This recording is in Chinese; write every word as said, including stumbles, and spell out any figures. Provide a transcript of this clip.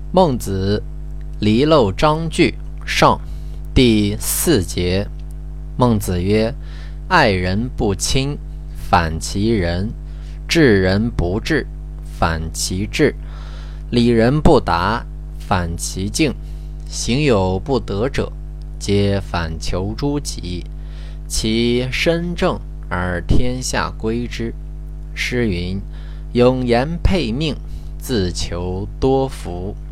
孟子离娄章句上第四节。孟子曰：爱人不亲，反其仁；治人不治，反其智；礼人不达，反其敬；行有不得者，皆反求诸己。其身正而天下归之。诗云：永言配命，自求多福。